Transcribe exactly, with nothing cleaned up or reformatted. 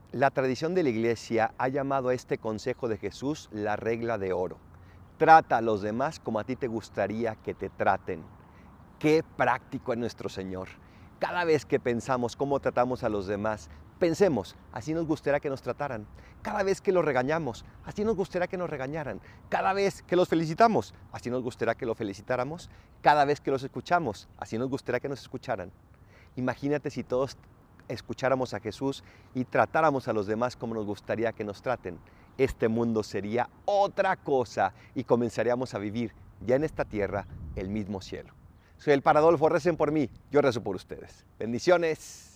La tradición de la Iglesia ha llamado a este consejo de Jesús la regla de oro. Trata a los demás como a ti te gustaría que te traten. Qué práctico es nuestro Señor. Cada vez que pensamos cómo tratamos a los demás, pensemos, así nos gustaría que nos trataran. Cada vez que los regañamos, así nos gustaría que nos regañaran. Cada vez que los felicitamos, así nos gustaría que los felicitáramos. Cada vez que los escuchamos, así nos gustaría que nos escucharan. Imagínate si todos escucháramos a Jesús y tratáramos a los demás como nos gustaría que nos traten. Este mundo sería otra cosa y comenzaríamos a vivir ya en esta tierra el mismo cielo. Soy el Paradolfo, recen por mí, yo rezo por ustedes. Bendiciones.